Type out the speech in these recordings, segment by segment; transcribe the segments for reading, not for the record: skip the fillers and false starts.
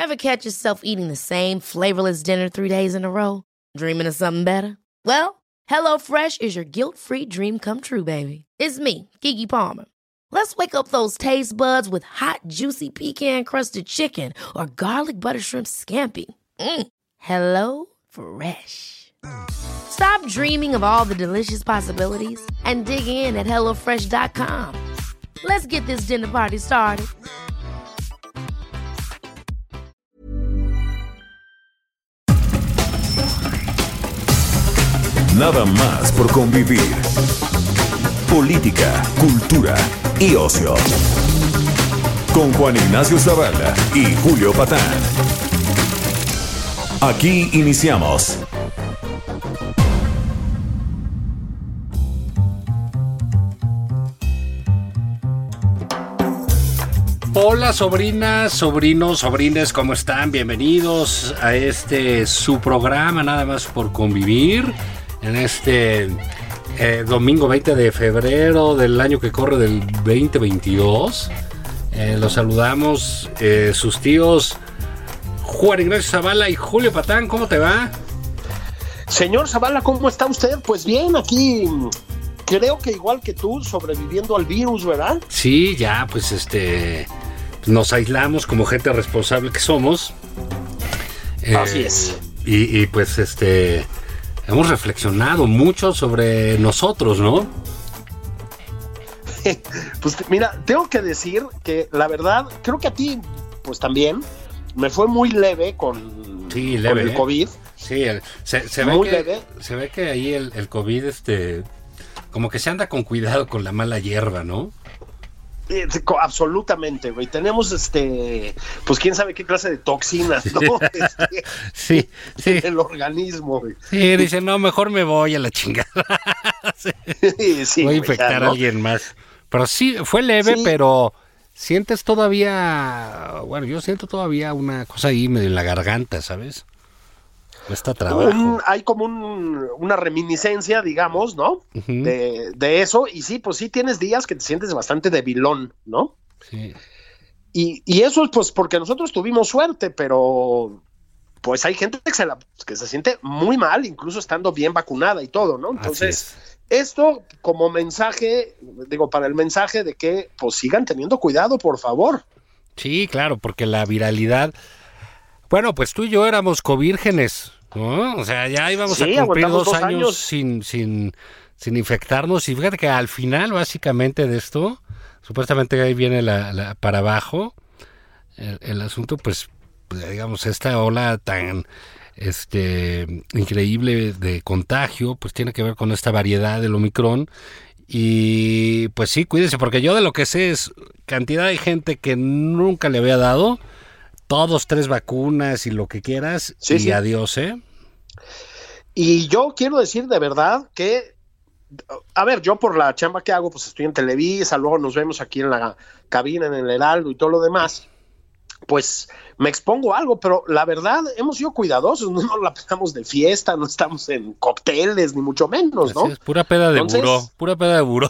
Ever catch yourself eating the same flavorless dinner 3 days in a row? Dreaming of something better? Well, HelloFresh is your guilt-free dream come true, baby. It's me, Keke Palmer. Let's wake up those taste buds with hot, juicy pecan-crusted chicken or garlic butter shrimp scampi. Hello Fresh. Stop dreaming of all the delicious possibilities and dig in at HelloFresh.com. Let's get this dinner party started. Nada más por convivir. Política, cultura y ocio. Con Juan Ignacio Zavala y Julio Patán. Aquí iniciamos. Hola sobrinas, sobrinos, sobrines, ¿cómo están? Bienvenidos a su programa Nada más por convivir. En este domingo 20 de febrero del año que corre del 2022. Los saludamos sus tíos Juan Ignacio Zavala y Julio Patán. ¿Cómo te va? Señor Zavala, ¿cómo está usted? Pues bien, aquí creo que igual que tú, sobreviviendo al virus, ¿verdad? Sí, ya, pues nos aislamos como gente responsable que somos. Así es. Y pues hemos reflexionado mucho sobre nosotros, ¿no? Pues mira, tengo que decir que la verdad, creo que a ti, pues también, me fue muy leve con el COVID. Sí, se muy ve leve. Se ve que ahí el COVID, como que se anda con cuidado con la mala hierba, ¿no? Absolutamente, güey. Tenemos pues quién sabe qué clase de toxinas, ¿no? Sí. En el organismo, güey. Sí, dice, no, mejor me voy a la chingada. Sí, voy a infectar a alguien más. Pero sí, fue leve, sí. Pero sientes todavía, bueno, yo siento todavía una cosa ahí medio en la garganta, ¿sabes? Cuesta trabajo. Hay como una reminiscencia, digamos, ¿no? Uh-huh. De eso, y sí, pues sí tienes días que te sientes bastante debilón, ¿no? Sí. Y eso es pues porque nosotros tuvimos suerte, pero pues hay gente que se siente muy mal, incluso estando bien vacunada y todo, ¿no? Entonces, esto como mensaje, para el mensaje de que pues sigan teniendo cuidado, por favor. Sí, claro, porque la viralidad... Bueno, pues tú y yo éramos covírgenes, ¿no? O sea, ya íbamos a cumplir 2 años sin infectarnos. Y fíjate que al final, básicamente, de esto, supuestamente ahí viene para abajo el asunto, pues, digamos, esta ola tan increíble de contagio, pues tiene que ver con esta variedad del Omicron. Y pues sí, cuídense, porque yo de lo que sé es cantidad de gente que nunca le había dado... 3 vacunas y lo que quieras, sí, y sí. Adiós, ¿eh? Y yo quiero decir de verdad que, a ver, yo por la chamba que hago, pues estoy en Televisa, luego nos vemos aquí en la cabina, en el Heraldo y todo lo demás, pues me expongo a algo, pero la verdad hemos sido cuidadosos, no nos la pasamos de fiesta, no estamos en cócteles, ni mucho menos, ¿no? Así es, pura peda de buró.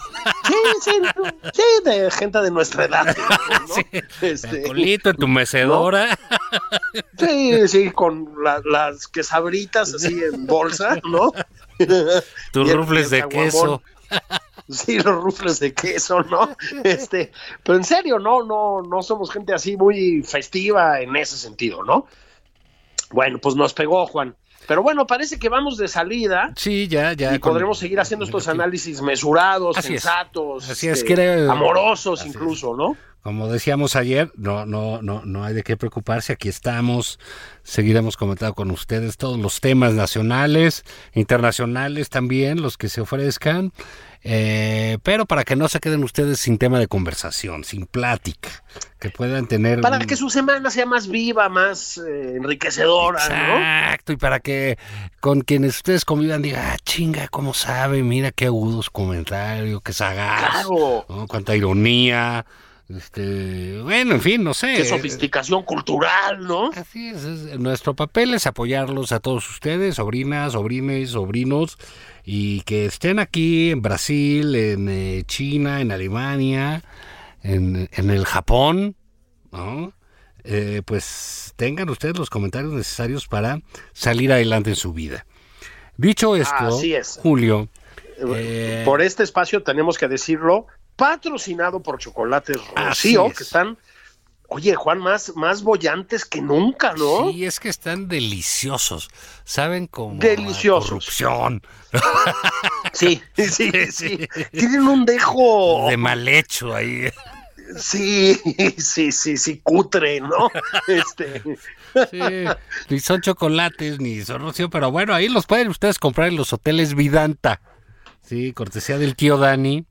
Sí, de gente de nuestra edad, ¿no? Sí, alcoholito en tu mecedora. ¿No? Sí, con las quesabritas así en bolsa, ¿no? Tus rufles de queso. Sí, los rufles de queso, ¿no? Pero en serio, no somos gente así muy festiva en ese sentido, ¿no? Bueno, pues nos pegó, Juan. Pero bueno, parece que vamos de salida. Sí, ya. Y podremos seguir haciendo estos análisis mesurados, sensatos, amorosos incluso, ¿no? Como decíamos ayer, no hay de qué preocuparse, aquí estamos, seguiremos comentando con ustedes todos los temas nacionales, internacionales también, los que se ofrezcan, pero para que no se queden ustedes sin tema de conversación, sin plática, que puedan tener... Para que su semana sea más viva, más enriquecedora, ¿no? Exacto, y para que con quienes ustedes convivan digan, chinga, ¿cómo sabe? Mira qué agudos comentarios, qué sagaz, claro. ¿no? Cuánta ironía... bueno, en fin, no sé. Qué sofisticación cultural, ¿no? Así es, nuestro papel es apoyarlos a todos ustedes, sobrinas, sobrines, sobrinos, y que estén aquí en Brasil, en China, en Alemania, en el Japón, ¿no? pues tengan ustedes los comentarios necesarios para salir adelante en su vida. Dicho esto, así es. Julio, por este espacio tenemos que decirlo, patrocinado por Chocolates Rocío, que están, oye, Juan, más bollantes que nunca, ¿no? Sí, es que están deliciosos, saben como deliciosos. Corrupción. Sí. Tienen un dejo de mal hecho ahí. Sí, cutre, ¿no? Sí, ni son chocolates, ni son Rocío, pero bueno, ahí los pueden ustedes comprar en los hoteles Vidanta, sí, cortesía del tío Dani,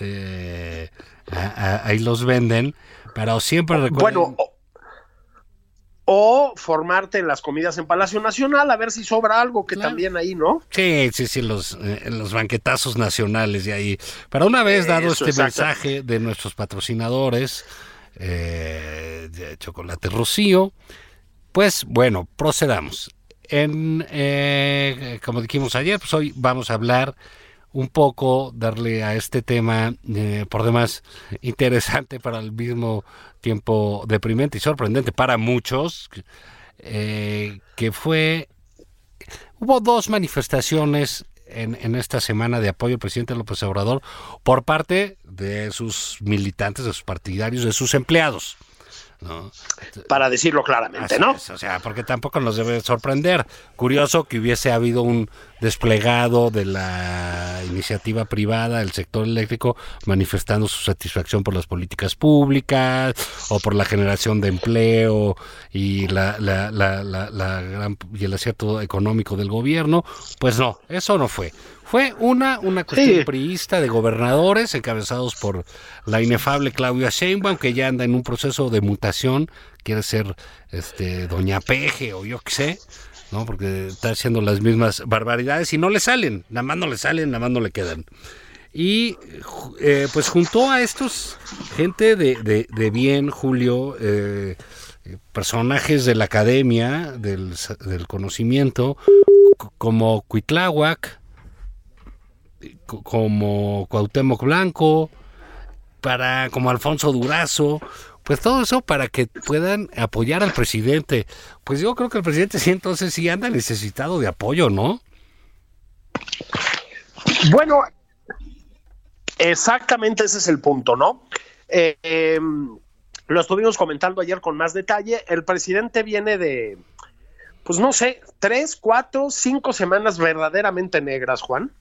ahí los venden, pero siempre recuerden... Bueno, o formarte en las comidas en Palacio Nacional, a ver si sobra algo, que claro. También ahí, ¿no? Sí, los banquetazos nacionales de ahí. Pero una vez dado mensaje de nuestros patrocinadores, de Chocolate Rocío, pues bueno, procedamos. Como dijimos ayer, pues hoy vamos a hablar un poco, darle a este tema por demás interesante, para el mismo tiempo deprimente y sorprendente para muchos, que hubo 2 manifestaciones en esta semana de apoyo al presidente López Obrador por parte de sus militantes, de sus partidarios, de sus empleados, ¿no? Para decirlo claramente, así ¿no? Es, o sea, porque tampoco nos debe sorprender. Curioso que hubiese habido un desplegado de la iniciativa privada del sector eléctrico manifestando su satisfacción por las políticas públicas o por la generación de empleo y y el acierto económico del gobierno. Pues no, eso no fue. Fue una cuestión priista de gobernadores encabezados por la inefable Claudia Sheinbaum, que ya anda en un proceso de mutación, quiere ser Doña Peje o yo qué sé, ¿no? Porque está haciendo las mismas barbaridades y no le salen, nada más no le quedan. Y pues juntó a estos gente de bien, Julio, personajes de la academia, del conocimiento, como Cuitláhuac, como Cuauhtémoc Blanco, como Alfonso Durazo, pues todo eso para que puedan apoyar al presidente. Pues yo creo que el presidente sí, entonces sí anda necesitado de apoyo, ¿no? Bueno, exactamente ese es el punto, ¿no? Lo estuvimos comentando ayer con más detalle. El presidente viene de, pues no sé, 3, 4, 5 semanas verdaderamente negras, Juan.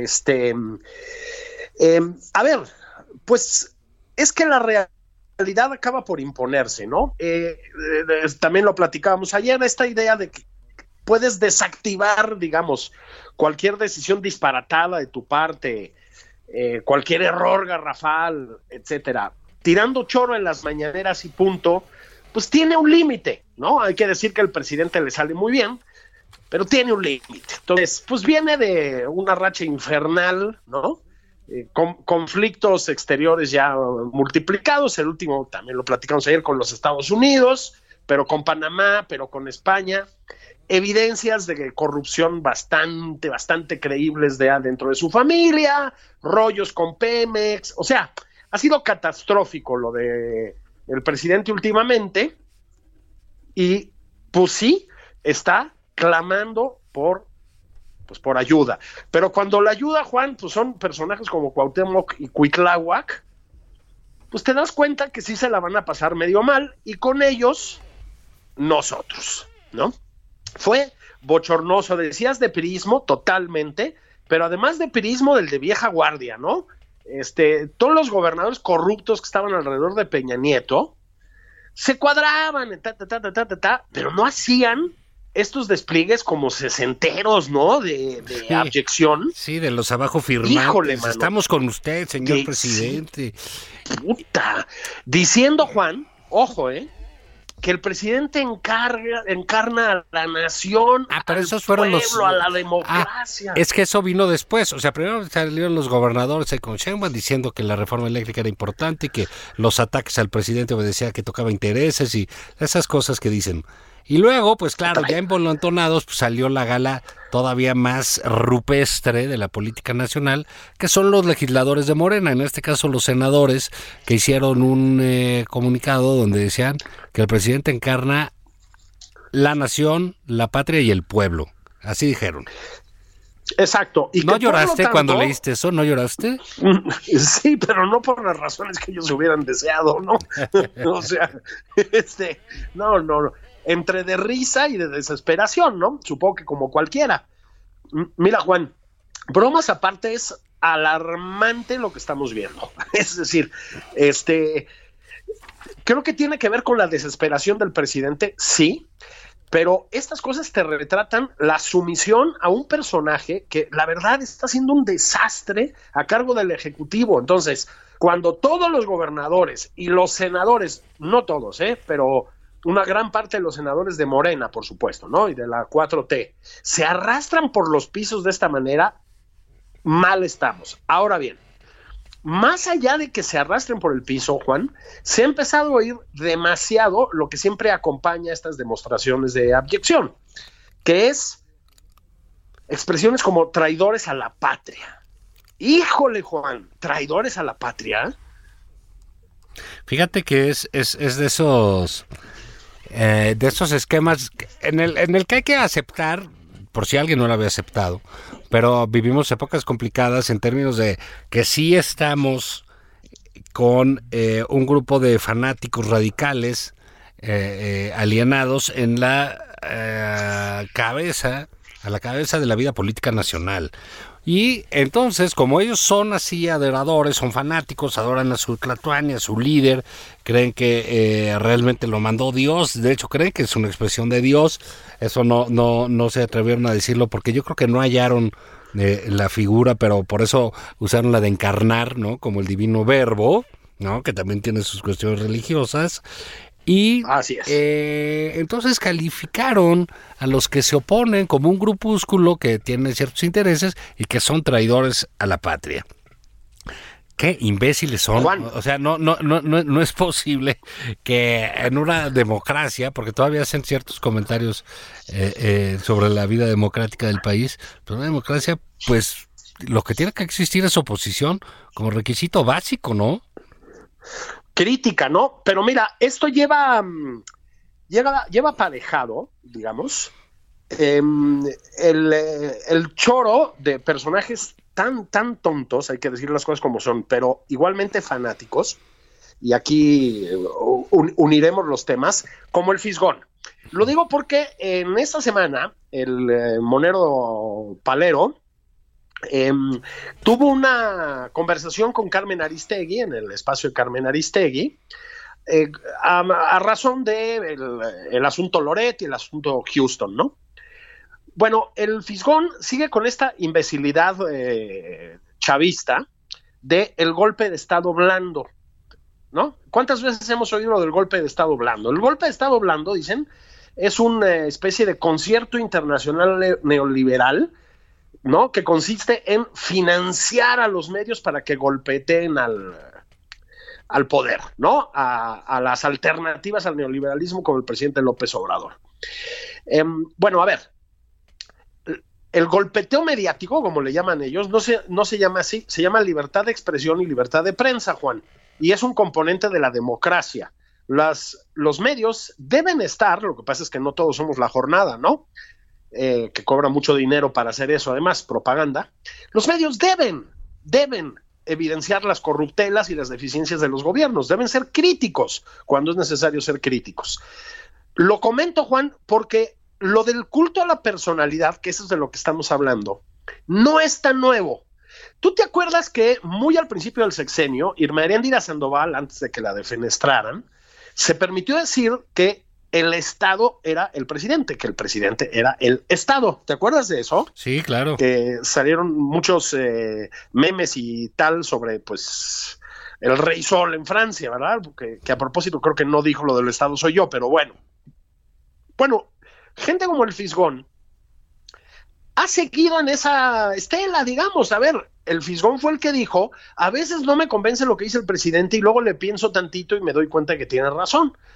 A ver, pues es que la realidad acaba por imponerse, ¿no? También lo platicábamos ayer, esta idea de que puedes desactivar, digamos, cualquier decisión disparatada de tu parte, cualquier error garrafal, etcétera, tirando choro en las mañaneras y punto, pues tiene un límite, ¿no? Hay que decir que al presidente le sale muy bien, pero tiene un límite. Entonces, pues viene de una racha infernal, ¿no? Conflictos exteriores ya multiplicados, el último también lo platicamos ayer con los Estados Unidos, pero con Panamá, pero con España, evidencias de corrupción bastante creíbles dentro de su familia, rollos con Pemex, o sea, ha sido catastrófico lo de el presidente últimamente, y pues sí, está clamando por ayuda. Pero cuando la ayuda, Juan, pues son personajes como Cuauhtémoc y Cuitláhuac, pues te das cuenta que sí se la van a pasar medio mal, y con ellos, nosotros, ¿no? Fue bochornoso, decías de priismo, totalmente, pero además de priismo del de vieja guardia, ¿no? Todos los gobernadores corruptos que estaban alrededor de Peña Nieto se cuadraban, pero no hacían estos despliegues como sesenteros, ¿no? De sí, abyección. Sí, de los abajo firmantes. Híjole, mano. Estamos con usted, señor presidente. Sí, puta. Diciendo, Juan, ojo, que el presidente encarna a la nación, pero al esos fueron pueblo, a la democracia. Es que eso vino después. O sea, primero salieron los gobernadores con Sheinbaum diciendo que la reforma eléctrica era importante y que los ataques al presidente obedecían que tocaba intereses y esas cosas que dicen. Y luego, pues claro, ya envalentonados, pues salió la gala todavía más rupestre de la política nacional, que son los legisladores de Morena, en este caso los senadores, que hicieron un comunicado donde decían que el presidente encarna la nación, la patria y el pueblo. Así dijeron. Exacto. Y ¿No lloraste cuando leíste eso? ¿No lloraste? Sí, pero no por las razones que ellos hubieran deseado, ¿no? O sea, no. Entre de risa y de desesperación, ¿no? Supongo que como cualquiera. Mira, Juan, bromas aparte, es alarmante lo que estamos viendo. Es decir, creo que tiene que ver con la desesperación del presidente, sí, pero estas cosas te retratan la sumisión a un personaje que la verdad está haciendo un desastre a cargo del Ejecutivo. Entonces, cuando todos los gobernadores y los senadores, no todos, pero una gran parte de los senadores de Morena, por supuesto, ¿no? Y de la 4T, se arrastran por los pisos de esta manera, mal estamos. Ahora bien, más allá de que se arrastren por el piso, Juan, se ha empezado a oír demasiado lo que siempre acompaña estas demostraciones de abyección, que es expresiones como traidores a la patria. Híjole, Juan, traidores a la patria. Fíjate que es de esos esquemas en el que hay que aceptar, por si alguien no lo había aceptado, pero vivimos épocas complicadas en términos de que sí estamos con un grupo de fanáticos radicales alienados en a la cabeza de la vida política nacional. Y entonces, como ellos son así adoradores, son fanáticos, adoran a su Tlatuani, a su líder, creen que realmente lo mandó Dios, de hecho creen que es una expresión de Dios. Eso no se atrevieron a decirlo porque yo creo que no hallaron la figura, pero por eso usaron la de encarnar, ¿no? Como el divino verbo, ¿no? Que también tiene sus cuestiones religiosas. Y así es. Entonces calificaron a los que se oponen como un grupúsculo que tiene ciertos intereses y que son traidores a la patria. Qué imbéciles son. Juan. O sea, no es posible que en una democracia, porque todavía hacen ciertos comentarios sobre la vida democrática del país, pero una democracia, pues lo que tiene que existir es oposición como requisito básico, ¿no? Crítica, ¿no? Pero mira, esto lleva aparejado, digamos, el choro de personajes tan tontos, hay que decir las cosas como son, pero igualmente fanáticos, y aquí uniremos los temas, como el Fisgón. Lo digo porque en esta semana el monero Palero tuvo una conversación con Carmen Aristegui en el espacio de Carmen Aristegui a razón de el asunto Loret y el asunto Houston, ¿no? Bueno, el Fisgón sigue con esta imbecilidad chavista de el golpe de Estado blando, ¿no? ¿Cuántas veces hemos oído lo del golpe de Estado blando? El golpe de Estado blando, dicen, es una especie de concierto internacional neoliberal, ¿no? Que consiste en financiar a los medios para que golpeteen al poder, ¿no? A las alternativas al neoliberalismo como el presidente López Obrador. Bueno, a ver, el golpeteo mediático, como le llaman ellos, no se llama así, se llama libertad de expresión y libertad de prensa, Juan, y es un componente de la democracia. Los medios deben estar, lo que pasa es que no todos somos La Jornada, ¿no? Que cobra mucho dinero para hacer eso, además, propaganda. Los medios deben evidenciar las corruptelas y las deficiencias de los gobiernos, deben ser críticos cuando es necesario ser críticos. Lo comento, Juan, porque lo del culto a la personalidad, que eso es de lo que estamos hablando, no es tan nuevo. ¿Tú te acuerdas que muy al principio del sexenio, Irma Heréndira Sandoval, antes de que la defenestraran, se permitió decir que el Estado era el presidente, que el presidente era el Estado? ¿Te acuerdas de eso? Sí, claro. Que salieron muchos memes y tal sobre, pues, el Rey Sol en Francia, ¿verdad? Que a propósito creo que no dijo lo del Estado soy yo, pero bueno. Bueno, gente como el Fisgón ha seguido en esa estela, digamos. A ver, el Fisgón fue el que dijo, a veces no me convence lo que dice el presidente y luego le pienso tantito y me doy cuenta que tiene razón.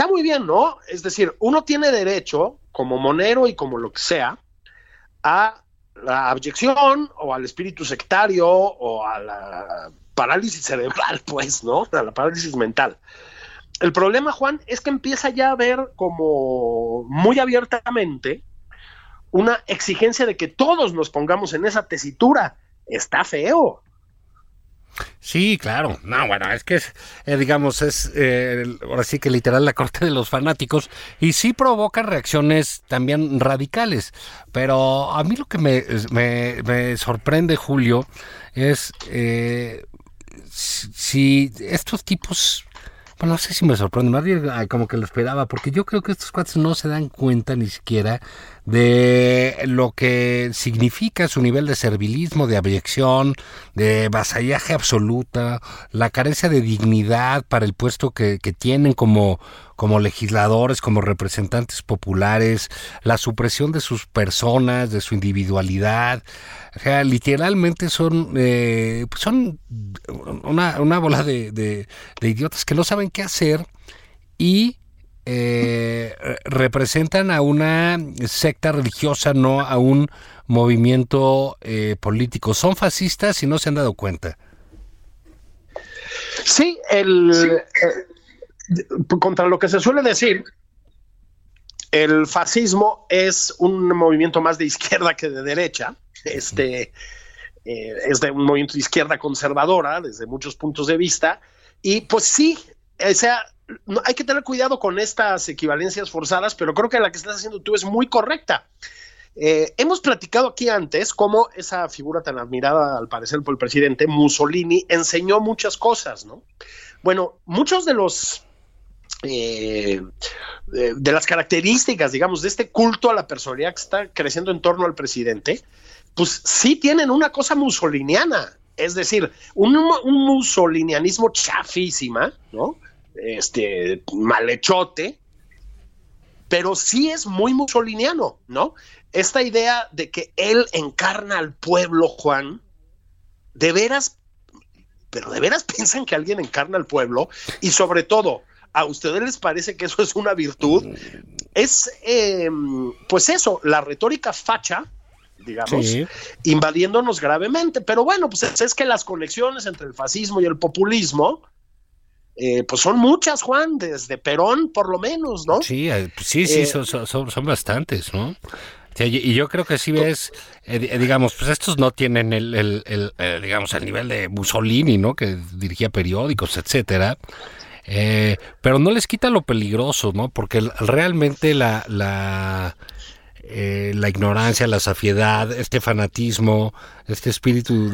está muy bien, ¿no? Es decir, uno tiene derecho, como monero y como lo que sea, a la abyección o al espíritu sectario o a la parálisis cerebral, pues, ¿no? A la parálisis mental. El problema, Juan, es que empieza ya a ver como muy abiertamente una exigencia de que todos nos pongamos en esa tesitura. Está feo. Sí, claro. No, bueno, es que es, digamos, es ahora sí que literal la corte de los fanáticos y sí provoca reacciones también radicales. Pero a mí lo que me sorprende, Julio, es si estos tipos... Bueno, no sé si me sorprende, más bien como que lo esperaba, porque yo creo que estos cuates no se dan cuenta ni siquiera de lo que significa su nivel de servilismo, de abyección, de vasallaje absoluta, la carencia de dignidad para el puesto que tienen como legisladores, como representantes populares, la supresión de sus personas, de su individualidad. O sea, literalmente son una bola de idiotas que no saben qué hacer y representan a una secta religiosa, no a un movimiento político. Son fascistas y no se han dado cuenta. Sí, contra lo que se suele decir, el fascismo es un movimiento más de izquierda que de derecha. Es de un movimiento de izquierda conservadora desde muchos puntos de vista. Y pues sí, o sea, hay que tener cuidado con estas equivalencias forzadas, pero creo que la que estás haciendo tú es muy correcta. Hemos platicado aquí antes cómo esa figura tan admirada, al parecer, por el presidente Mussolini, enseñó muchas cosas, ¿no? Bueno, muchos de los de las características, digamos, de este culto a la personalidad que está creciendo en torno al presidente, pues sí tienen una cosa mussoliniana, es decir, un mussolinianismo chafísima, ¿no? Malhechote, pero sí es muy mussoliniano, ¿no? Esta idea de que él encarna al pueblo, Juan, de veras piensan que alguien encarna al pueblo, y sobre todo, ¿a ustedes les parece que eso es una virtud? Es, pues eso, la retórica facha, digamos, sí, invadiéndonos gravemente. Pero bueno, pues es que las conexiones entre el fascismo y el populismo, pues son muchas, Juan, desde Perón por lo menos, ¿no? Sí, son bastantes, ¿no? Y yo creo que sí ves, digamos, pues estos no tienen digamos, el nivel de Mussolini, ¿no? Que dirigía periódicos, etcétera. Pero no les quita lo peligroso, ¿no? Porque realmente la ignorancia, la safiedad, este fanatismo, este espíritu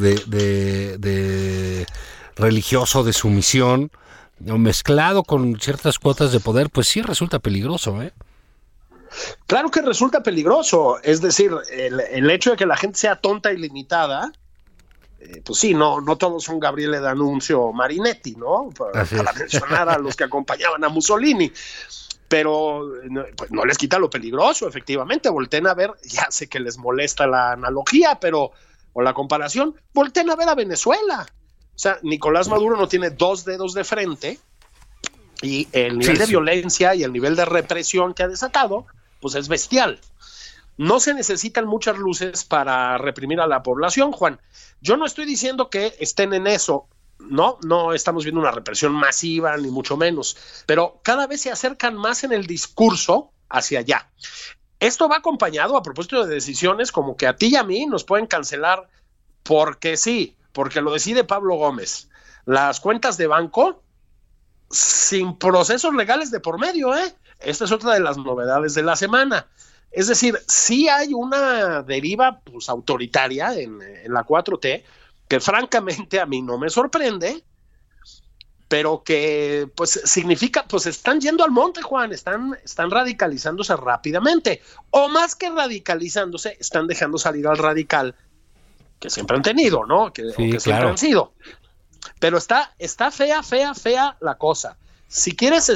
de religioso de sumisión, ¿no? Mezclado con ciertas cuotas de poder, pues sí resulta peligroso, ¿eh? Claro que resulta peligroso. Es decir, el hecho de que la gente sea tonta y limitada, pues sí, no todos son Gabriele D'Annunzio o Marinetti, ¿no? Para mencionar a los que acompañaban a Mussolini. Pero pues no les quita lo peligroso, efectivamente. Volten a ver, ya sé que les molesta la analogía, o la comparación, volten a ver a Venezuela. O sea, Nicolás Maduro no tiene dos dedos de frente, y el nivel de violencia y el nivel de represión que ha desatado, pues es bestial. No se necesitan muchas luces para reprimir a la población, Juan. Yo no estoy diciendo que estén en eso, no estamos viendo una represión masiva, ni mucho menos, pero cada vez se acercan más en el discurso hacia allá. Esto va acompañado, a propósito de decisiones como que a ti y a mí nos pueden cancelar porque sí, porque lo decide Pablo Gómez. Las cuentas de banco sin procesos legales de por medio, ¿eh? Esta es otra de las novedades de la semana. Es decir, sí hay una deriva pues autoritaria en la 4T, que francamente a mí no me sorprende, pero que pues significa, pues están yendo al monte, Juan, están radicalizándose rápidamente, o más que radicalizándose, están dejando salir al radical que siempre han tenido, ¿no? Que siempre han sido. Pero está fea la cosa. Si quieres,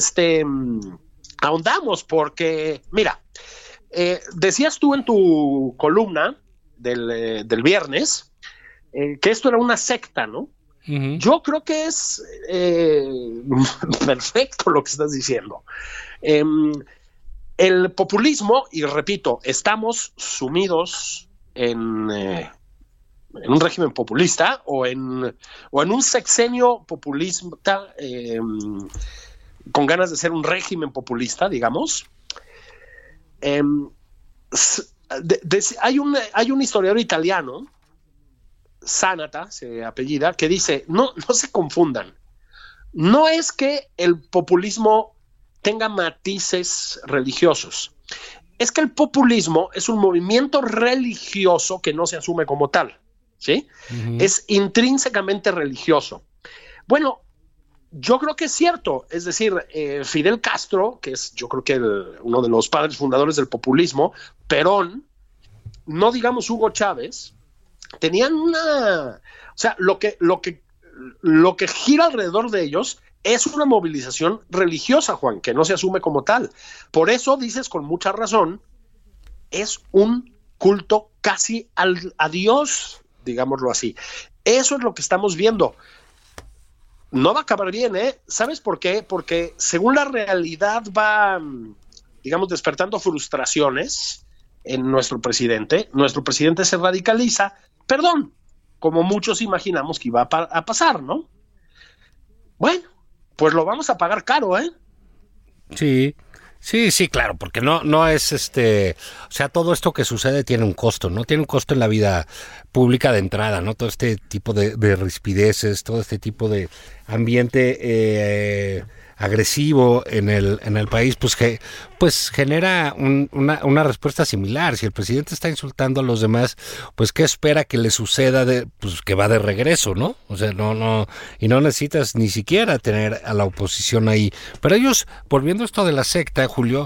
ahondamos, porque, mira, decías tú en tu columna del viernes que esto era una secta, ¿no? Uh-huh. Yo creo que es perfecto lo que estás diciendo. El populismo, y repito, estamos sumidos en un régimen populista o en un sexenio populista con ganas de ser un régimen populista, digamos. Hay un historiador italiano, Sanata se apellida, que dice, no se confundan, no es que el populismo tenga matices religiosos, es que el populismo es un movimiento religioso que no se asume como tal, ¿sí? Uh-huh. Es intrínsecamente religioso. Bueno, yo creo que es cierto, es decir, Fidel Castro, que es yo creo que uno de los padres fundadores del populismo, Perón, no digamos Hugo Chávez, tenían o sea, lo que gira alrededor de ellos es una movilización religiosa, Juan, que no se asume como tal. Por eso dices con mucha razón, es un culto casi a Dios, digámoslo así. Eso es lo que estamos viendo. No va a acabar bien, ¿eh? ¿Sabes por qué? Porque según la realidad va, digamos, despertando frustraciones en nuestro presidente se radicaliza, como muchos imaginamos que iba a pasar, ¿no? Bueno, pues lo vamos a pagar caro, ¿eh? Sí, claro, porque no es o sea, todo esto que sucede tiene un costo, ¿no? Tiene un costo en la vida pública de entrada, ¿no? Todo este tipo de rispideces, todo este tipo de ambiente agresivo en el país, pues genera una respuesta similar. Si el presidente está insultando a los demás, pues ¿qué espera que le suceda? Pues que va de regreso, ¿no? O sea, no necesitas ni siquiera tener a la oposición ahí. Pero ellos, volviendo a esto de la secta, Julio,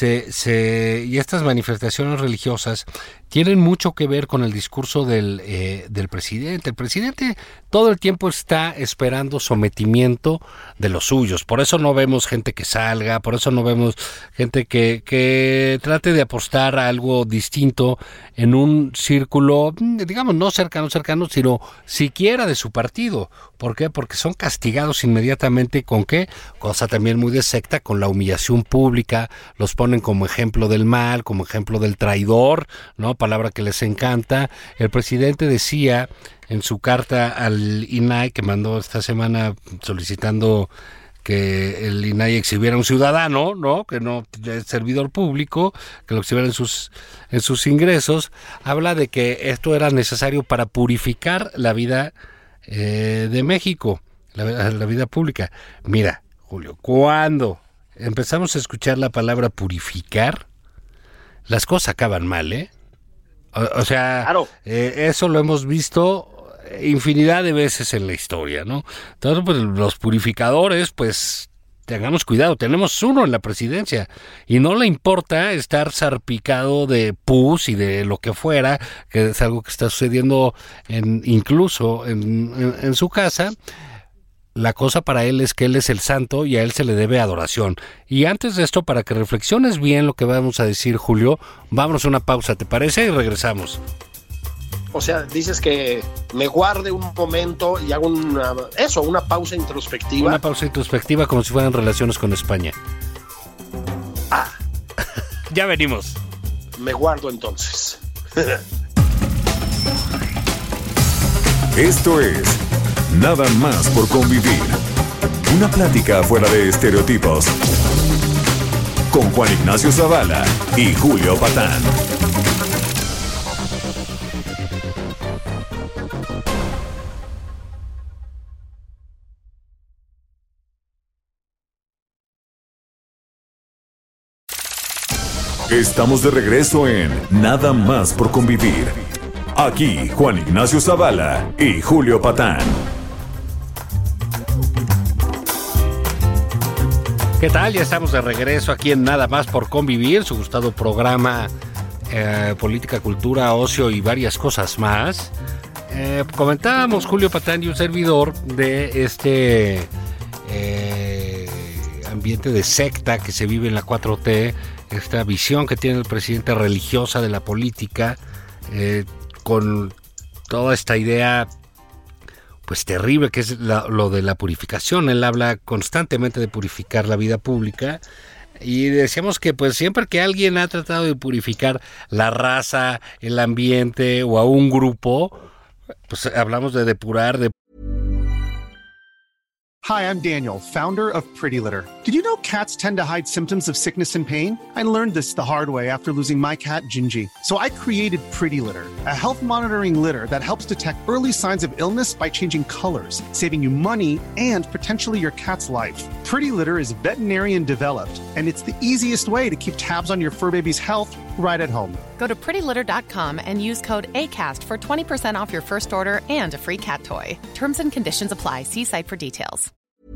y estas manifestaciones religiosas tienen mucho que ver con el discurso del presidente. El presidente todo el tiempo está esperando sometimiento de los suyos. Por eso no vemos gente que salga, por eso no vemos gente que trate de apostar a algo distinto en un círculo, digamos, no cercano, sino siquiera de su partido. ¿Por qué? Porque son castigados inmediatamente ¿con qué? Cosa también muy de secta, con la humillación pública, los ponen como ejemplo del mal, como ejemplo del traidor, ¿no? Palabra que les encanta. El presidente decía en su carta al INAI que mandó esta semana solicitando que el INAI exhibiera un ciudadano, ¿no? Que no es servidor público, que lo exhibiera en sus ingresos, habla de que esto era necesario para purificar la vida de México, la vida pública. Mira, Julio, cuando empezamos a escuchar la palabra purificar, las cosas acaban mal, ¿eh? O sea, claro. Eso lo hemos visto infinidad de veces en la historia, ¿no? Entonces, pues los purificadores, pues tengamos cuidado, tenemos uno en la presidencia y no le importa estar salpicado de pus y de lo que fuera, que es algo que está sucediendo incluso en su casa. La cosa para él es que él es el santo y a él se le debe adoración. Y antes de esto, para que reflexiones bien lo que vamos a decir, Julio, vámonos a una pausa, ¿te parece? Y regresamos. O sea, dices que me guarde un momento y hago una pausa introspectiva. Una pausa introspectiva como si fueran relaciones con España. Ya venimos. Me guardo entonces. Esto es Nada más por convivir. Una plática fuera de estereotipos. Con Juan Ignacio Zavala y Julio Patán. Estamos de regreso en Nada más por convivir. Aquí Juan Ignacio Zavala y Julio Patán. ¿Qué tal? Ya estamos de regreso aquí en Nada más por convivir, su gustado programa política, cultura, ocio y varias cosas más. Comentábamos Julio Patán y un servidor de este ambiente de secta que se vive en la 4T, esta visión que tiene el presidente religiosa de la política, con toda esta idea pues terrible que es lo de la purificación. Él habla constantemente de purificar la vida pública, y decíamos que pues siempre que alguien ha tratado de purificar la raza, el ambiente o a un grupo, pues hablamos de depurar, de... Hi, I'm Daniel, founder of Pretty Litter. Did you know cats tend to hide symptoms of sickness and pain? I learned this the hard way after losing my cat, Gingy. So I created Pretty Litter, a health monitoring litter that helps detect early signs of illness by changing colors, saving you money and potentially your cat's life. Pretty Litter is veterinarian developed, and it's the easiest way to keep tabs on your fur baby's health right at home. Go to prettylitter.com and use code ACAST for 20% off your first order and a free cat toy. Terms and conditions apply. See site for details.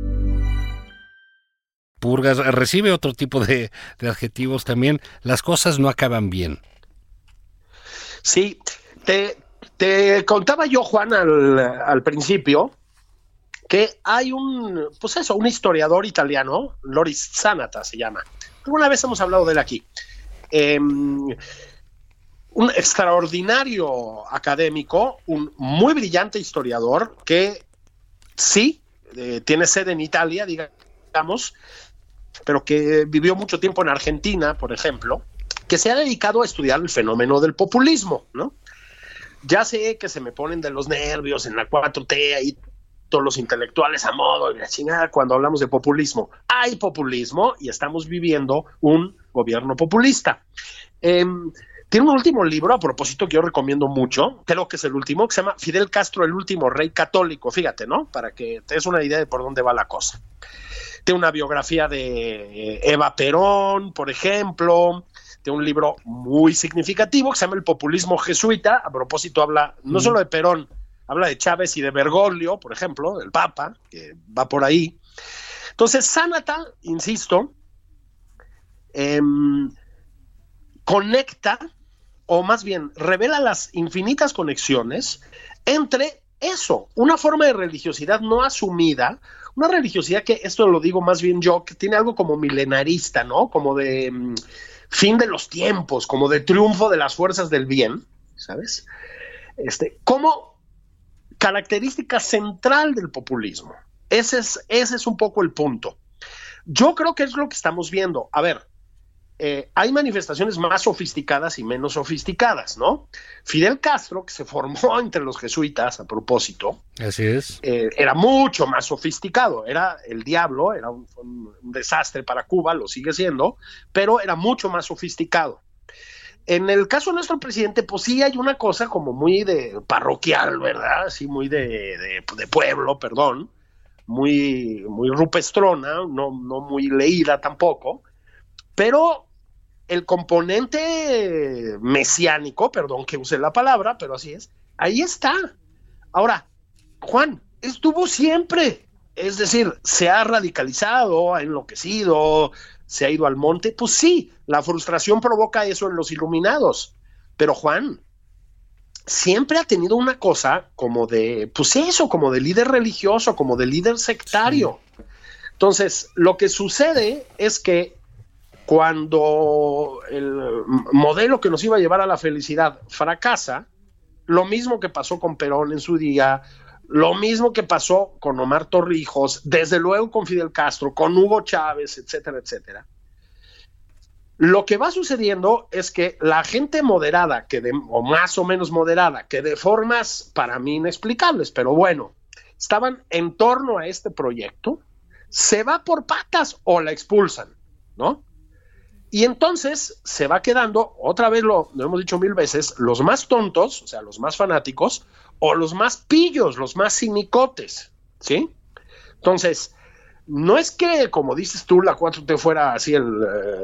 Purgas, recibe otro tipo de adjetivos también. Las cosas no acaban bien. Sí, te contaba yo, Juan, al principio, que hay un historiador italiano, Loris Zanata se llama. Alguna vez hemos hablado de él aquí. Un extraordinario académico, un muy brillante historiador que sí, tiene sede en Italia, digamos, pero que vivió mucho tiempo en Argentina, por ejemplo, que se ha dedicado a estudiar el fenómeno del populismo, ¿no? Ya sé que se me ponen de los nervios en la 4T, ahí todos los intelectuales a modo y la chingada cuando hablamos de populismo. Hay populismo y estamos viviendo un gobierno populista. Tiene un último libro, a propósito, que yo recomiendo mucho, creo que es el último, que se llama Fidel Castro, el último rey católico, fíjate, ¿no? Para que te des una idea de por dónde va la cosa. Tiene una biografía de Eva Perón, por ejemplo. Tiene un libro muy significativo que se llama El populismo jesuita. A propósito, habla no solo de Perón, habla de Chávez y de Bergoglio, por ejemplo, del Papa, que va por ahí. Entonces, Zanata, insisto, conecta, o más bien revela las infinitas conexiones entre eso, una forma de religiosidad no asumida, una religiosidad que, esto lo digo más bien yo, que tiene algo como milenarista, ¿no? Como de fin de los tiempos, como de triunfo de las fuerzas del bien, ¿sabes? Como característica central del populismo. Ese es un poco el punto. Yo creo que es lo que estamos viendo. A ver, hay manifestaciones más sofisticadas y menos sofisticadas, ¿no? Fidel Castro, que se formó entre los jesuitas, a propósito, así es, era mucho más sofisticado, era el diablo, era un desastre para Cuba, lo sigue siendo, pero era mucho más sofisticado. En el caso de nuestro presidente, pues sí hay una cosa como muy de parroquial, ¿verdad? Sí, muy de pueblo, perdón, muy rupestrona, no muy leída tampoco, pero el componente mesiánico, perdón que use la palabra, pero así es, ahí está. Ahora, Juan, estuvo siempre, es decir, se ha radicalizado, ha enloquecido, se ha ido al monte, pues sí, la frustración provoca eso en los iluminados, pero Juan, siempre ha tenido una cosa como de, pues eso, como de líder religioso, como de líder sectario. Sí. Entonces, lo que sucede es que cuando el modelo que nos iba a llevar a la felicidad fracasa, lo mismo que pasó con Perón en su día, lo mismo que pasó con Omar Torrijos, desde luego con Fidel Castro, con Hugo Chávez, etcétera, etcétera. Lo que va sucediendo es que la gente moderada, o más o menos moderada, que de formas para mí inexplicables, pero bueno, estaban en torno a este proyecto, se va por patas o la expulsan, ¿no? Y entonces se va quedando, otra vez lo hemos dicho 1000 veces, los más tontos, o sea, los más fanáticos, o los más pillos, los más cinicotes, ¿sí? Entonces, no es que, como dices tú, la 4T fuera así el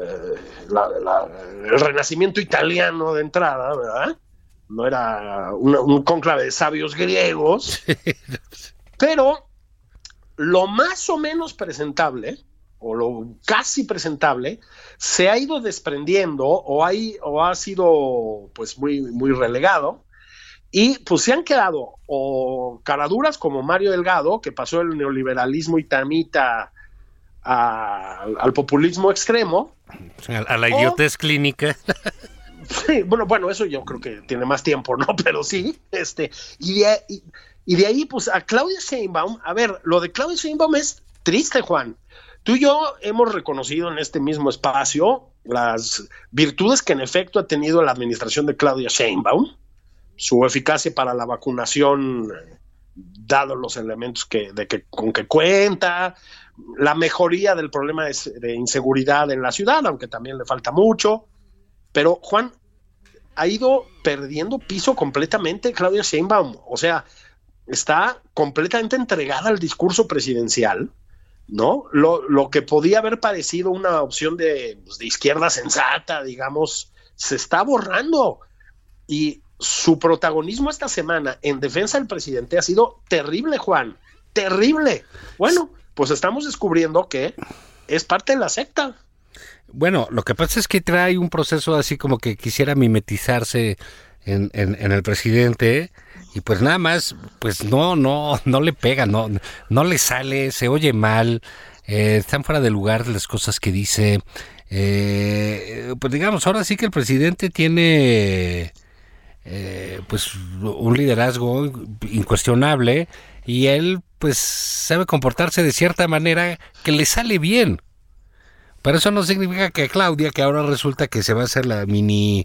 renacimiento italiano de entrada, ¿verdad? No era un cónclave de sabios griegos, pero lo más o menos presentable, o lo casi presentable, se ha ido desprendiendo o ha sido pues muy relegado, y pues se han quedado o caraduras como Mario Delgado, que pasó del neoliberalismo itamita al populismo extremo, a la idiotez clínica. Sí, bueno, eso yo creo que tiene más tiempo, ¿no? Pero sí, y de ahí pues a Claudia Sheinbaum. A ver, lo de Claudia Sheinbaum es triste, Juan. tú y yo hemos reconocido en este mismo espacio las virtudes que en efecto ha tenido la administración de Claudia Sheinbaum, su eficacia para la vacunación, dado los elementos con que cuenta, la mejoría del problema de inseguridad en la ciudad, aunque también le falta mucho. Pero, Juan, ha ido perdiendo piso completamente Claudia Sheinbaum. O sea, está completamente entregada al discurso presidencial, ¿no? Lo que podía haber parecido una opción de izquierda sensata, digamos, se está borrando. Y su protagonismo esta semana en defensa del presidente ha sido terrible, Juan, terrible. Bueno, pues estamos descubriendo que es parte de la secta. Bueno, lo que pasa es que trae un proceso así como que quisiera mimetizarse en el presidente, y pues nada más, pues no le pega, no le sale, se oye mal, están fuera de lugar las cosas que dice. Pues digamos, ahora sí que el presidente tiene pues un liderazgo incuestionable, y él pues sabe comportarse de cierta manera que le sale bien. Pero eso no significa que Claudia, que ahora resulta que se va a hacer la mini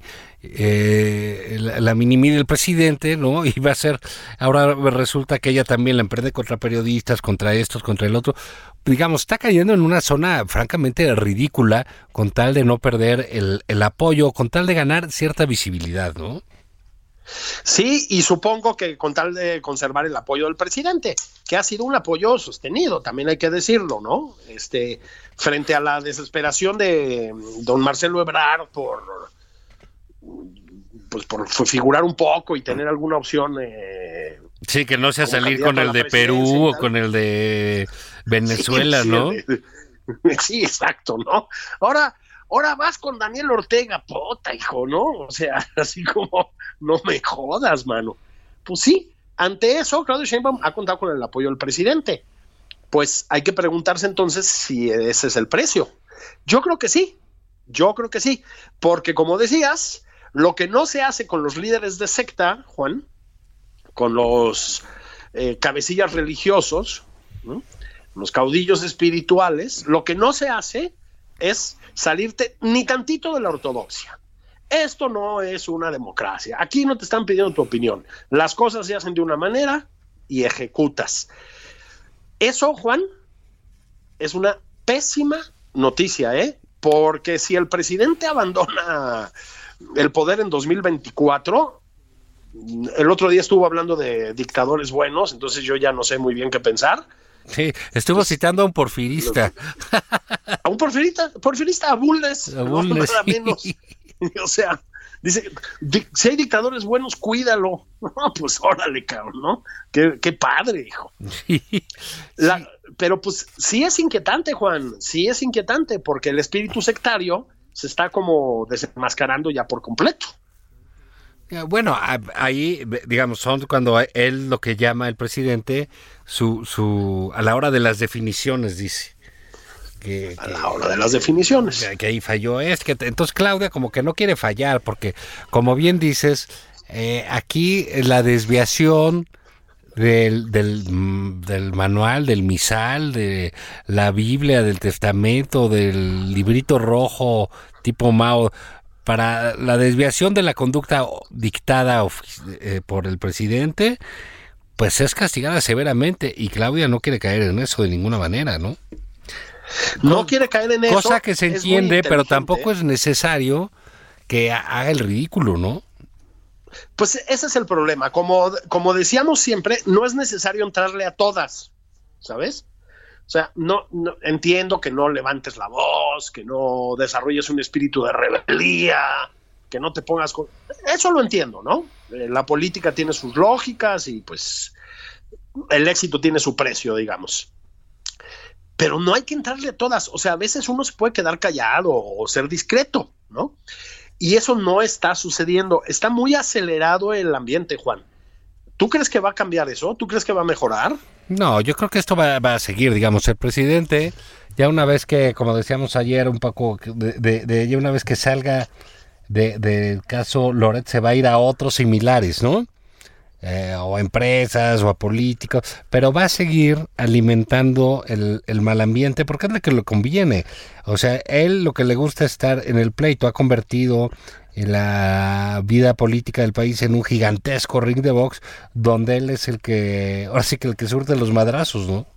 del presidente, ¿no? Y va a ser, ahora resulta que ella también la emprende contra periodistas, contra estos, contra el otro. Digamos, está cayendo en una zona francamente ridícula, con tal de no perder el apoyo, con tal de ganar cierta visibilidad, ¿no? Sí, y supongo que con tal de conservar el apoyo del presidente, que ha sido un apoyo sostenido, también hay que decirlo, ¿no? Frente a la desesperación de don Marcelo Ebrard por figurar un poco y tener alguna opción. Sí, que no sea salir con el de Perú o con el de Venezuela, sí, ¿no? Sí, exacto, ¿no? Ahora vas con Daniel Ortega, puta, hijo, ¿no? O sea, así como, no me jodas, mano. Pues sí, ante eso, Claudia Sheinbaum ha contado con el apoyo del presidente. Pues hay que preguntarse entonces si ese es el precio. Yo creo que sí, porque como decías, lo que no se hace con los líderes de secta, Juan, con los cabecillas religiosos, ¿no? Los caudillos espirituales, lo que no se hace es salirte ni tantito de la ortodoxia. Esto no es una democracia. Aquí no te están pidiendo tu opinión. Las cosas se hacen de una manera y ejecutas. Eso, Juan, es una pésima noticia, porque si el presidente abandona el poder en 2024, el otro día estuvo hablando de dictadores buenos, entonces yo ya no sé muy bien qué pensar. Sí, estuvo citando a un porfirista. A un porfirista, a Bulnes, no, nada menos. O sea, dice, si hay dictadores buenos, cuídalo. No, pues órale, cabrón, ¿no? Qué padre, hijo. Sí. Pero pues sí es inquietante, Juan, sí es inquietante, porque el espíritu sectario se está como desenmascarando ya por completo. Bueno, ahí, digamos, son cuando él, lo que llama el presidente, a la hora de las definiciones, dice. A la hora de las definiciones. Que ahí falló. Entonces Claudia como que no quiere fallar, porque, como bien dices, aquí la desviación del manual, del misal, de la Biblia, del Testamento, del librito rojo tipo Mao, para la desviación de la conducta dictada por el presidente, pues es castigada severamente, y Claudia no quiere caer en eso de ninguna manera, ¿no? No quiere caer en eso. Cosa que se entiende, pero tampoco es necesario que haga el ridículo, ¿no? Pues ese es el problema. Como decíamos siempre, no es necesario entrarle a todas, ¿sabes? O sea, no entiendo que no levantes la voz, que no desarrolles un espíritu de rebeldía, que no te pongas con... Eso lo entiendo, ¿no? La política tiene sus lógicas y pues el éxito tiene su precio, digamos. Pero no hay que entrarle a todas. O sea, a veces uno se puede quedar callado o ser discreto, ¿no? Y eso no está sucediendo. Está muy acelerado el ambiente, Juan. ¿Tú crees que va a cambiar eso? ¿Tú crees que va a mejorar? No, yo creo que esto va a seguir, digamos. El presidente, ya una vez que, como decíamos ayer, un poco ya una vez que salga del caso Loret, se va a ir a otros similares, ¿no? o a empresas o a políticos, pero va a seguir alimentando el mal ambiente porque es lo que le conviene. O sea, él lo que le gusta es estar en el pleito, ha convertido la vida política del país en un gigantesco ring de box donde él es el que, ahora sí que el que surte los madrazos, ¿no?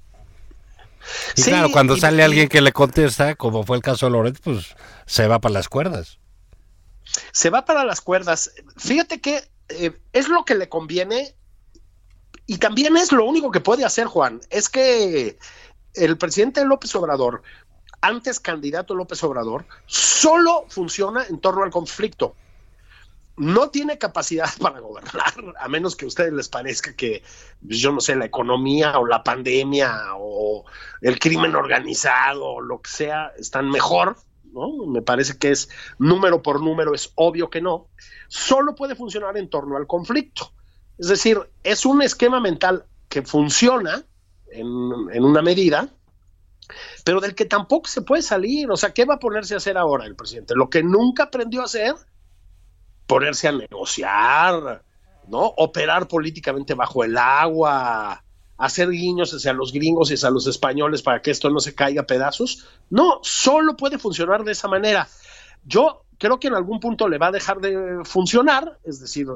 Y sí, claro, cuando sale alguien que le contesta, como fue el caso de Loret, pues se va para las cuerdas. Se va para las cuerdas. Fíjate que es lo que le conviene y también es lo único que puede hacer, Juan. Es que el presidente López Obrador, antes candidato López Obrador, solo funciona en torno al conflicto. No tiene capacidad para gobernar, a menos que a ustedes les parezca que, yo no sé, la economía o la pandemia o el crimen organizado o lo que sea están mejor, ¿no? Me parece que es número por número, es obvio que no. Solo puede funcionar en torno al conflicto. Es decir, es un esquema mental que funciona en una medida, pero del que tampoco se puede salir. O sea, ¿qué va a ponerse a hacer ahora el presidente? Lo que nunca aprendió a hacer, ponerse a negociar, ¿no? Operar políticamente bajo el agua, hacer guiños hacia los gringos y hacia los españoles para que esto no se caiga a pedazos. No, solo puede funcionar de esa manera. Yo creo que en algún punto le va a dejar de funcionar, es decir,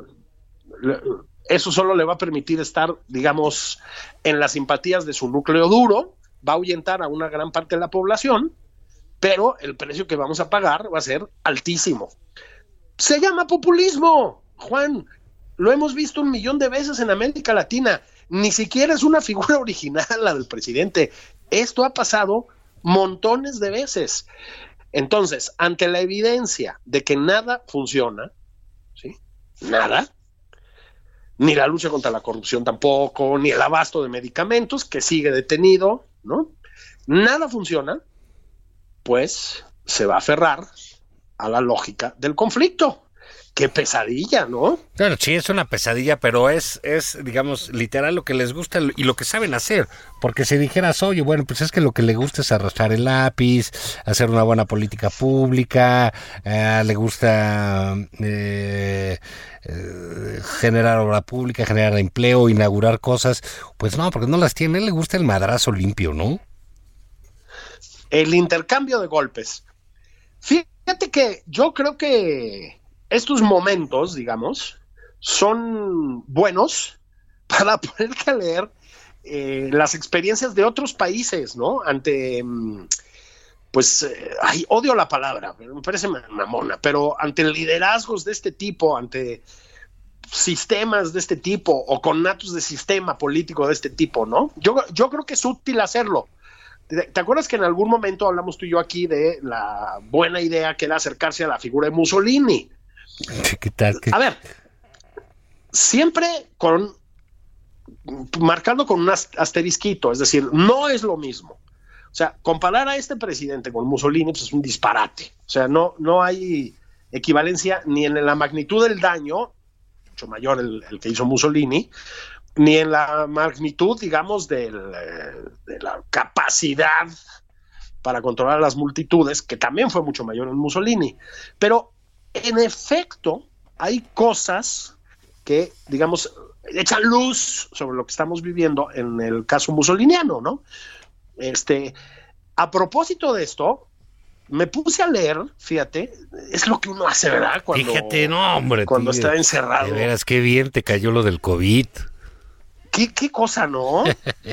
eso solo le va a permitir estar, digamos, en las simpatías de su núcleo duro, va a ahuyentar a una gran parte de la población, pero el precio que vamos a pagar va a ser altísimo. Se llama populismo, Juan. Lo hemos visto 1,000,000 de veces en América Latina. Ni siquiera es una figura original la del presidente. Esto ha pasado montones de veces. Entonces, ante la evidencia de que nada funciona, ¿sí? Nada, ni la lucha contra la corrupción tampoco, ni el abasto de medicamentos, que sigue detenido, ¿no? Nada funciona, pues se va a aferrar a la lógica del conflicto. Qué pesadilla, ¿no? Claro, sí, es una pesadilla, pero es, digamos, literal lo que les gusta y lo que saben hacer. Porque si dijeras, oye, bueno, pues es que lo que le gusta es arrastrar el lápiz, hacer una buena política pública, le gusta generar obra pública, generar empleo, inaugurar cosas. Pues no, porque no las tiene, le gusta el madrazo limpio, ¿no? El intercambio de golpes. Fíjate que yo creo que estos momentos, digamos, son buenos para ponerte a leer las experiencias de otros países, ¿no? Ante, pues, odio la palabra, me parece mamona, pero ante liderazgos de este tipo, ante sistemas de este tipo o connatos de sistema político de este tipo, ¿no? Yo creo que es útil hacerlo. ¿Te acuerdas que en algún momento hablamos tú y yo aquí de la buena idea que era acercarse a la figura de Mussolini? ¿Qué tal? A ver, siempre marcando con un asterisquito, es decir, no es lo mismo. O sea, comparar a este presidente con Mussolini pues es un disparate. O sea, no hay equivalencia ni en la magnitud del daño, mucho mayor el que hizo Mussolini, ni en la magnitud, digamos, de la capacidad para controlar las multitudes, que también fue mucho mayor en Mussolini. Pero en efecto, hay cosas que, digamos, echan luz sobre lo que estamos viviendo en el caso mussoliniano, ¿no? A propósito de esto, me puse a leer, fíjate, es lo que uno hace, ¿verdad? Fíjate, no, hombre. Cuando está encerrado. De veras, qué bien te cayó lo del COVID. ¿Qué cosa, no?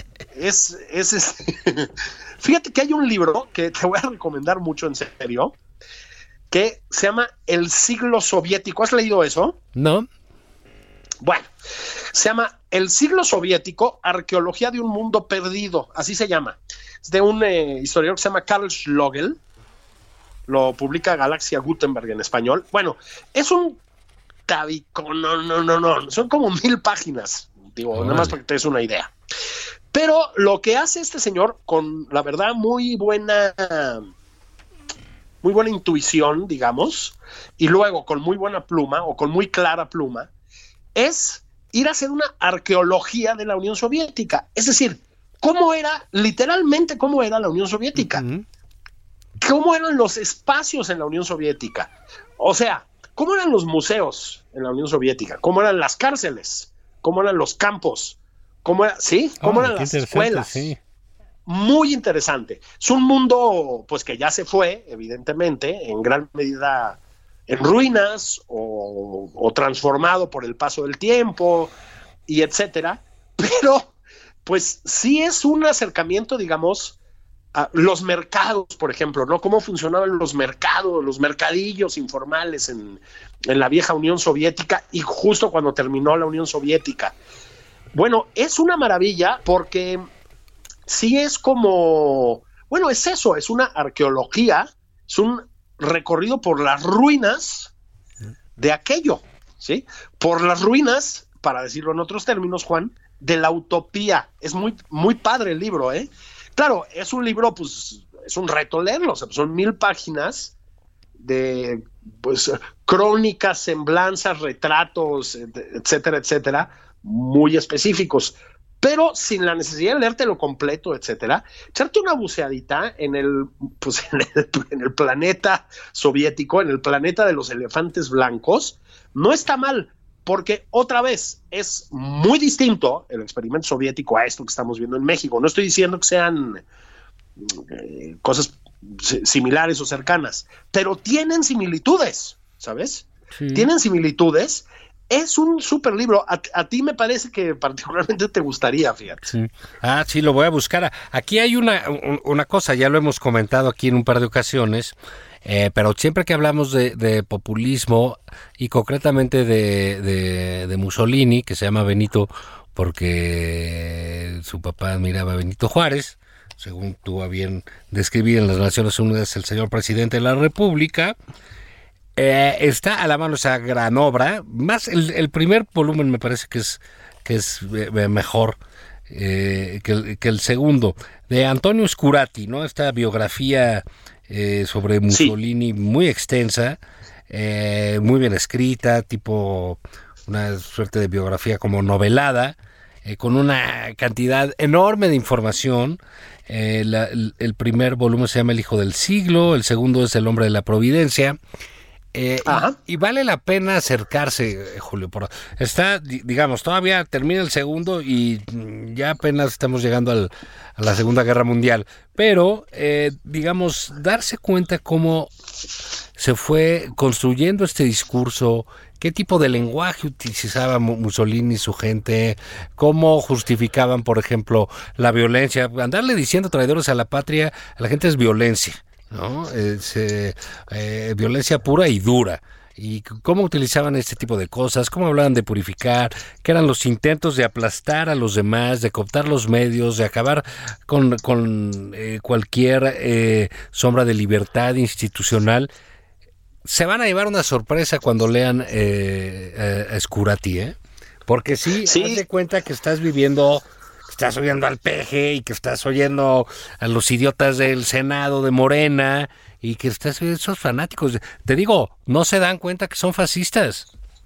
Fíjate que hay un libro que te voy a recomendar mucho, en serio, que se llama El siglo soviético. ¿Has leído eso? No. Bueno, se llama El siglo soviético, arqueología de un mundo perdido, así se llama. Es de un historiador que se llama Carl Schlogel, lo publica Galaxia Gutenberg en español. Bueno, es un tabico, no, son como 1,000 páginas, digo, nada más para que te des una idea. Pero lo que hace este señor, con la verdad muy buena intuición, digamos, y luego con muy buena pluma o con muy clara pluma, es ir a hacer una arqueología de la Unión Soviética. Es decir, literalmente cómo era la Unión Soviética. Uh-huh. ¿Cómo eran los espacios en la Unión Soviética? O sea, ¿cómo eran los museos en la Unión Soviética? ¿Cómo eran las cárceles? cómo eran los campos, cómo eran las escuelas. Sí. Muy interesante. Es un mundo pues que ya se fue, evidentemente, en gran medida en ruinas o transformado por el paso del tiempo y etcétera, pero pues sí es un acercamiento, digamos, a los mercados, por ejemplo, ¿no? Cómo funcionaban los mercados, los mercadillos informales en la vieja Unión Soviética y justo cuando terminó la Unión Soviética. Bueno, es una maravilla porque sí es como, bueno, es eso, es una arqueología, es un recorrido por las ruinas de aquello, ¿sí? Por las ruinas, para decirlo en otros términos, Juan, de la utopía. Es muy, muy padre el libro, ¿eh? Claro, es un libro, pues, es un reto leerlo, o sea, son 1000 páginas de, pues, crónicas, semblanzas, retratos, etcétera, etcétera, muy específicos, pero sin la necesidad de leértelo completo, etcétera, echarte una buceadita en el planeta soviético, en el planeta de los elefantes blancos, no está mal, porque otra vez es muy distinto el experimento soviético a esto que estamos viendo en México. No estoy diciendo que sean cosas similares o cercanas, pero tienen similitudes, ¿sabes? Sí. Tienen similitudes. Es un súper libro. A ti me parece que particularmente te gustaría, fíjate. Sí. Sí, lo voy a buscar. Aquí hay una cosa, ya lo hemos comentado aquí en un par de ocasiones, pero siempre que hablamos de populismo y concretamente de Mussolini, que se llama Benito porque su papá admiraba a Benito Juárez, según tuvo a bien describir en las Naciones Unidas el señor presidente de la República, está a la mano esa gran obra, más el primer volumen me parece que es mejor que el segundo, de Antonio Scurati, ¿no? Esta biografía sobre Mussolini, sí, muy extensa, muy bien escrita, tipo una suerte de biografía como novelada, con una cantidad enorme de información. El primer volumen se llama El Hijo del Siglo, el segundo es El Hombre de la Providencia. Y vale la pena acercarse, Julio. Está, digamos, todavía termina el segundo y ya apenas estamos llegando a la Segunda Guerra Mundial. Pero, digamos, darse cuenta cómo se fue construyendo este discurso, qué tipo de lenguaje utilizaba Mussolini y su gente, cómo justificaban, por ejemplo, la violencia. Andarle diciendo traidores a la patria, a la gente es violencia, ¿no? Violencia pura y dura. Y cómo utilizaban este tipo de cosas, cómo hablaban de purificar, que eran los intentos de aplastar a los demás, de cooptar los medios, de acabar con cualquier sombra de libertad institucional. Se van a llevar una sorpresa cuando lean a Scurati, porque sí, haz de cuenta que estás oyendo al Peje y que estás oyendo a los idiotas del Senado de Morena y que estás oyendo esos fanáticos. Te digo, no se dan cuenta que son fascistas.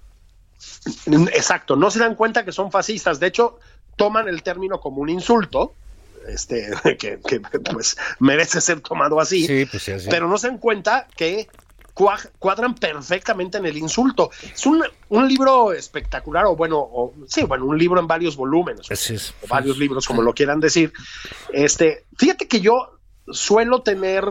Exacto, no se dan cuenta que son fascistas. De hecho, toman el término como un insulto, que pues merece ser tomado así, sí, pues sí, así. Pero no se dan cuenta que cuadran perfectamente en el insulto. Es un libro espectacular, un libro en varios volúmenes, o varios libros, como lo quieran decir. Fíjate que yo suelo tener,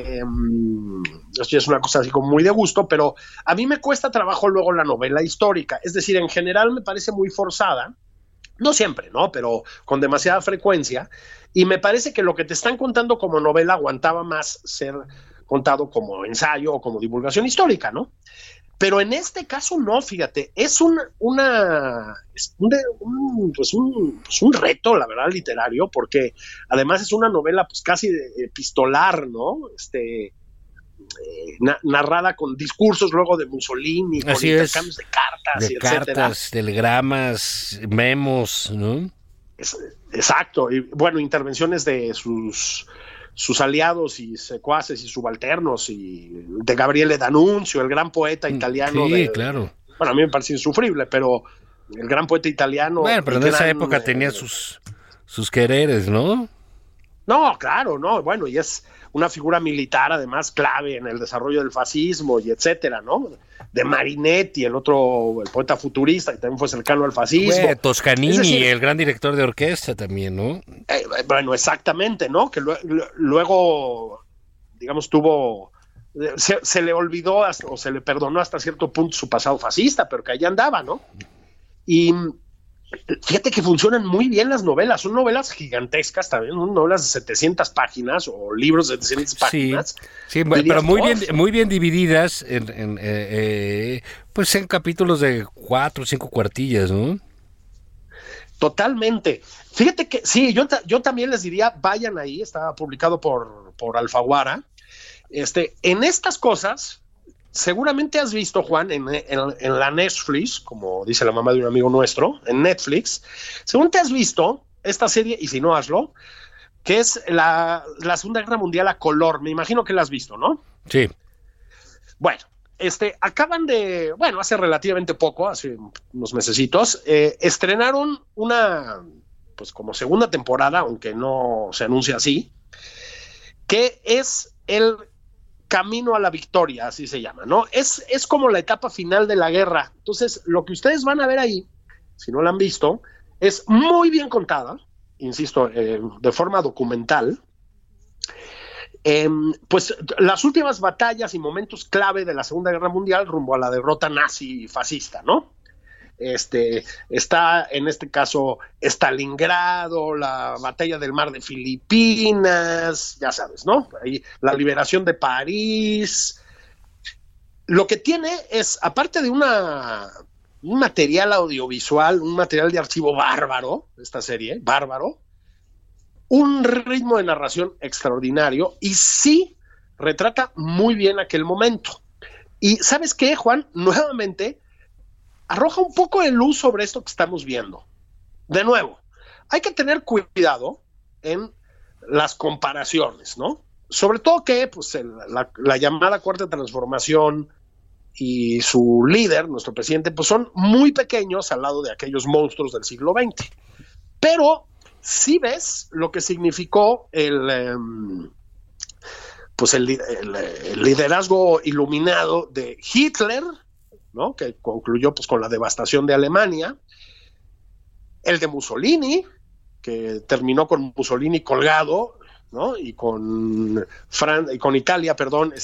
esto es una cosa así como muy de gusto, pero a mí me cuesta trabajo luego la novela histórica. Es decir, en general me parece muy forzada, no siempre, ¿no? Pero con demasiada frecuencia, y me parece que lo que te están contando como novela aguantaba más ser contado como ensayo o como divulgación histórica, ¿no? Pero en este caso no, fíjate, es un reto, la verdad, literario, porque además es una novela pues casi epistolar, ¿no? Narrada con discursos luego de Mussolini, con intercambios de cartas, y etcétera. Telegramas, memos, ¿no? Exacto, y bueno, intervenciones de sus aliados y secuaces y subalternos, y de Gabriele D'Annunzio, el gran poeta italiano. Sí, claro. Bueno, a mí me parece insufrible, pero el gran poeta italiano. Bueno, pero en esa época tenía sus quereres, ¿no? No, claro, no, bueno, y es una figura militar además clave en el desarrollo del fascismo y etcétera, ¿no? de Marinetti, el poeta futurista, que también fue cercano al fascismo. Toscanini, es decir, el gran director de orquesta también, ¿no? Bueno, exactamente, ¿no? Que luego, digamos, se le olvidó o se le perdonó hasta cierto punto su pasado fascista, pero que allá andaba, ¿no? Y fíjate que funcionan muy bien las novelas, son novelas gigantescas también, son novelas de 700 páginas o libros de 700 páginas. Sí, pero muy bien divididas pues en capítulos de 4 o 5 cuartillas, ¿no? Totalmente. Fíjate que sí, yo también les diría, vayan ahí, está publicado por Alfaguara. En estas cosas, seguramente has visto, Juan, en la Netflix, como dice la mamá de un amigo nuestro, en Netflix, según te has visto esta serie, y si no hazlo, que es la Segunda Guerra Mundial a color. Me imagino que la has visto, ¿no? Sí. Bueno, acaban de, hace relativamente poco, hace unos mesecitos, estrenaron una, pues como segunda temporada, aunque no se anuncia así, que es el Camino a la Victoria, así se llama, ¿no? Es como la etapa final de la guerra. Entonces, lo que ustedes van a ver ahí, si no la han visto, es muy bien contada, insisto, de forma documental. Pues las últimas batallas y momentos clave de la Segunda Guerra Mundial rumbo a la derrota nazi y fascista, ¿no? Está en este caso Stalingrado, la batalla del mar de Filipinas, ya sabes, ¿no? Ahí, la liberación de París. Lo que tiene es, aparte de un material audiovisual, un material de archivo bárbaro, esta serie, bárbaro, un ritmo de narración extraordinario y sí retrata muy bien aquel momento. Y ¿sabes qué, Juan? Nuevamente arroja un poco de luz sobre esto que estamos viendo. De nuevo, hay que tener cuidado en las comparaciones, ¿no? Sobre todo que pues, la llamada Cuarta Transformación y su líder, nuestro presidente, pues son muy pequeños al lado de aquellos monstruos del siglo XX. Pero sí ves lo que significó el liderazgo iluminado de Hitler, ¿no? Que concluyó pues con la devastación de Alemania, el de Mussolini, que terminó con Mussolini colgado, ¿no? Y con Italia,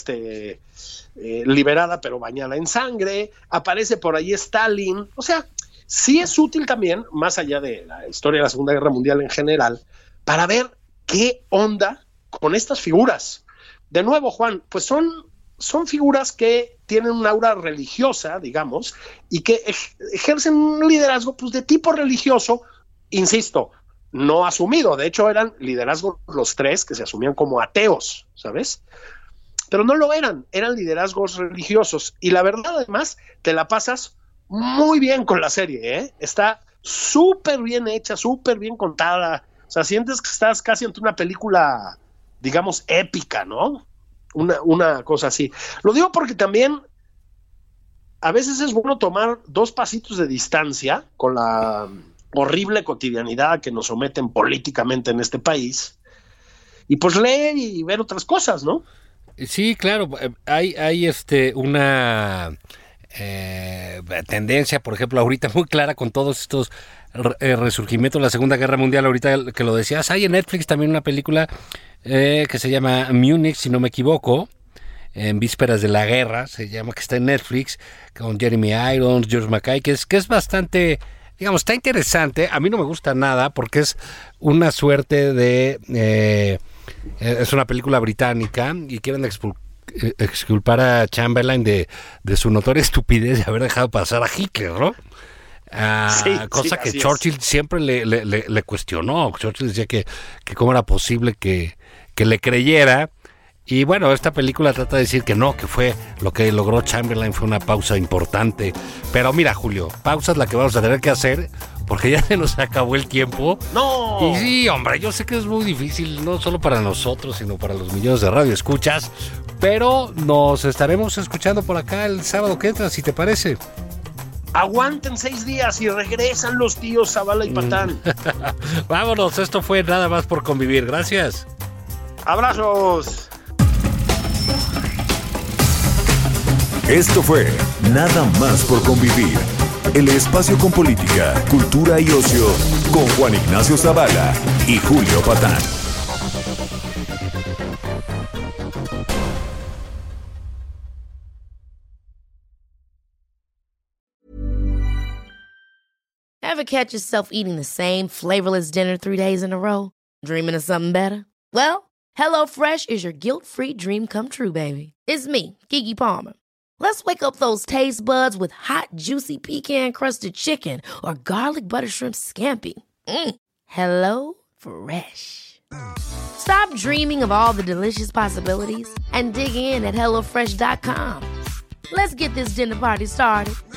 liberada pero bañada en sangre. Aparece por ahí Stalin. O sea, sí es útil también, más allá de la historia de la Segunda Guerra Mundial en general, para ver qué onda con estas figuras. De nuevo, Juan, pues son figuras que tienen un aura religiosa, digamos, y que ejercen un liderazgo pues, de tipo religioso, insisto, no asumido. De hecho, eran liderazgos los tres que se asumían como ateos, ¿sabes? Pero no lo eran liderazgos religiosos. Y la verdad, además, te la pasas muy bien con la serie, ¿eh? Está súper bien hecha, súper bien contada. O sea, sientes que estás casi ante una película, digamos, épica, ¿no? Una cosa así. Lo digo porque también a veces es bueno tomar 2 pasitos de distancia con la horrible cotidianidad que nos someten políticamente en este país y pues leer y ver otras cosas, ¿no? Sí, claro. Hay una tendencia, por ejemplo, ahorita muy clara con todos estos resurgimientos de la Segunda Guerra Mundial. Ahorita que lo decías, hay en Netflix también una película que se llama Múnich, si no me equivoco, en vísperas de la guerra, se llama, que está en Netflix, con Jeremy Irons, George Mackay, que es bastante, digamos, está interesante. A mí no me gusta nada porque es una suerte de es una película británica y quieren exculpar a Chamberlain de su notoria estupidez de haber dejado pasar a Hitler, ¿no? Cosa que Churchill siempre le cuestionó. Churchill decía que cómo era posible que le creyera. Y bueno, esta película trata de decir que no, que fue lo que logró Chamberlain, fue una pausa importante. Pero mira, Julio, pausa es la que vamos a tener que hacer porque ya se nos acabó el tiempo. ¡No! Y sí, hombre, yo sé que es muy difícil, no solo para nosotros, sino para los millones de radioescuchas. Pero nos estaremos escuchando por acá el sábado que entra, si te parece. Aguanten 6 días y regresan los tíos Zavala y Patán. Vámonos, esto fue Nada Más por Convivir. Gracias. Abrazos. Esto fue Nada más por convivir. El espacio con política, cultura y ocio con Juan Ignacio Zavala y Julio Patán. Ever catch yourself eating the same flavorless dinner 3 days in a row? Dreaming of something better? Well, HelloFresh is your guilt-free dream come true, baby. It's me, Keke Palmer. Let's wake up those taste buds with hot, juicy pecan-crusted chicken or garlic butter shrimp scampi. Hello Fresh. Stop dreaming of all the delicious possibilities and dig in at HelloFresh.com. Let's get this dinner party started.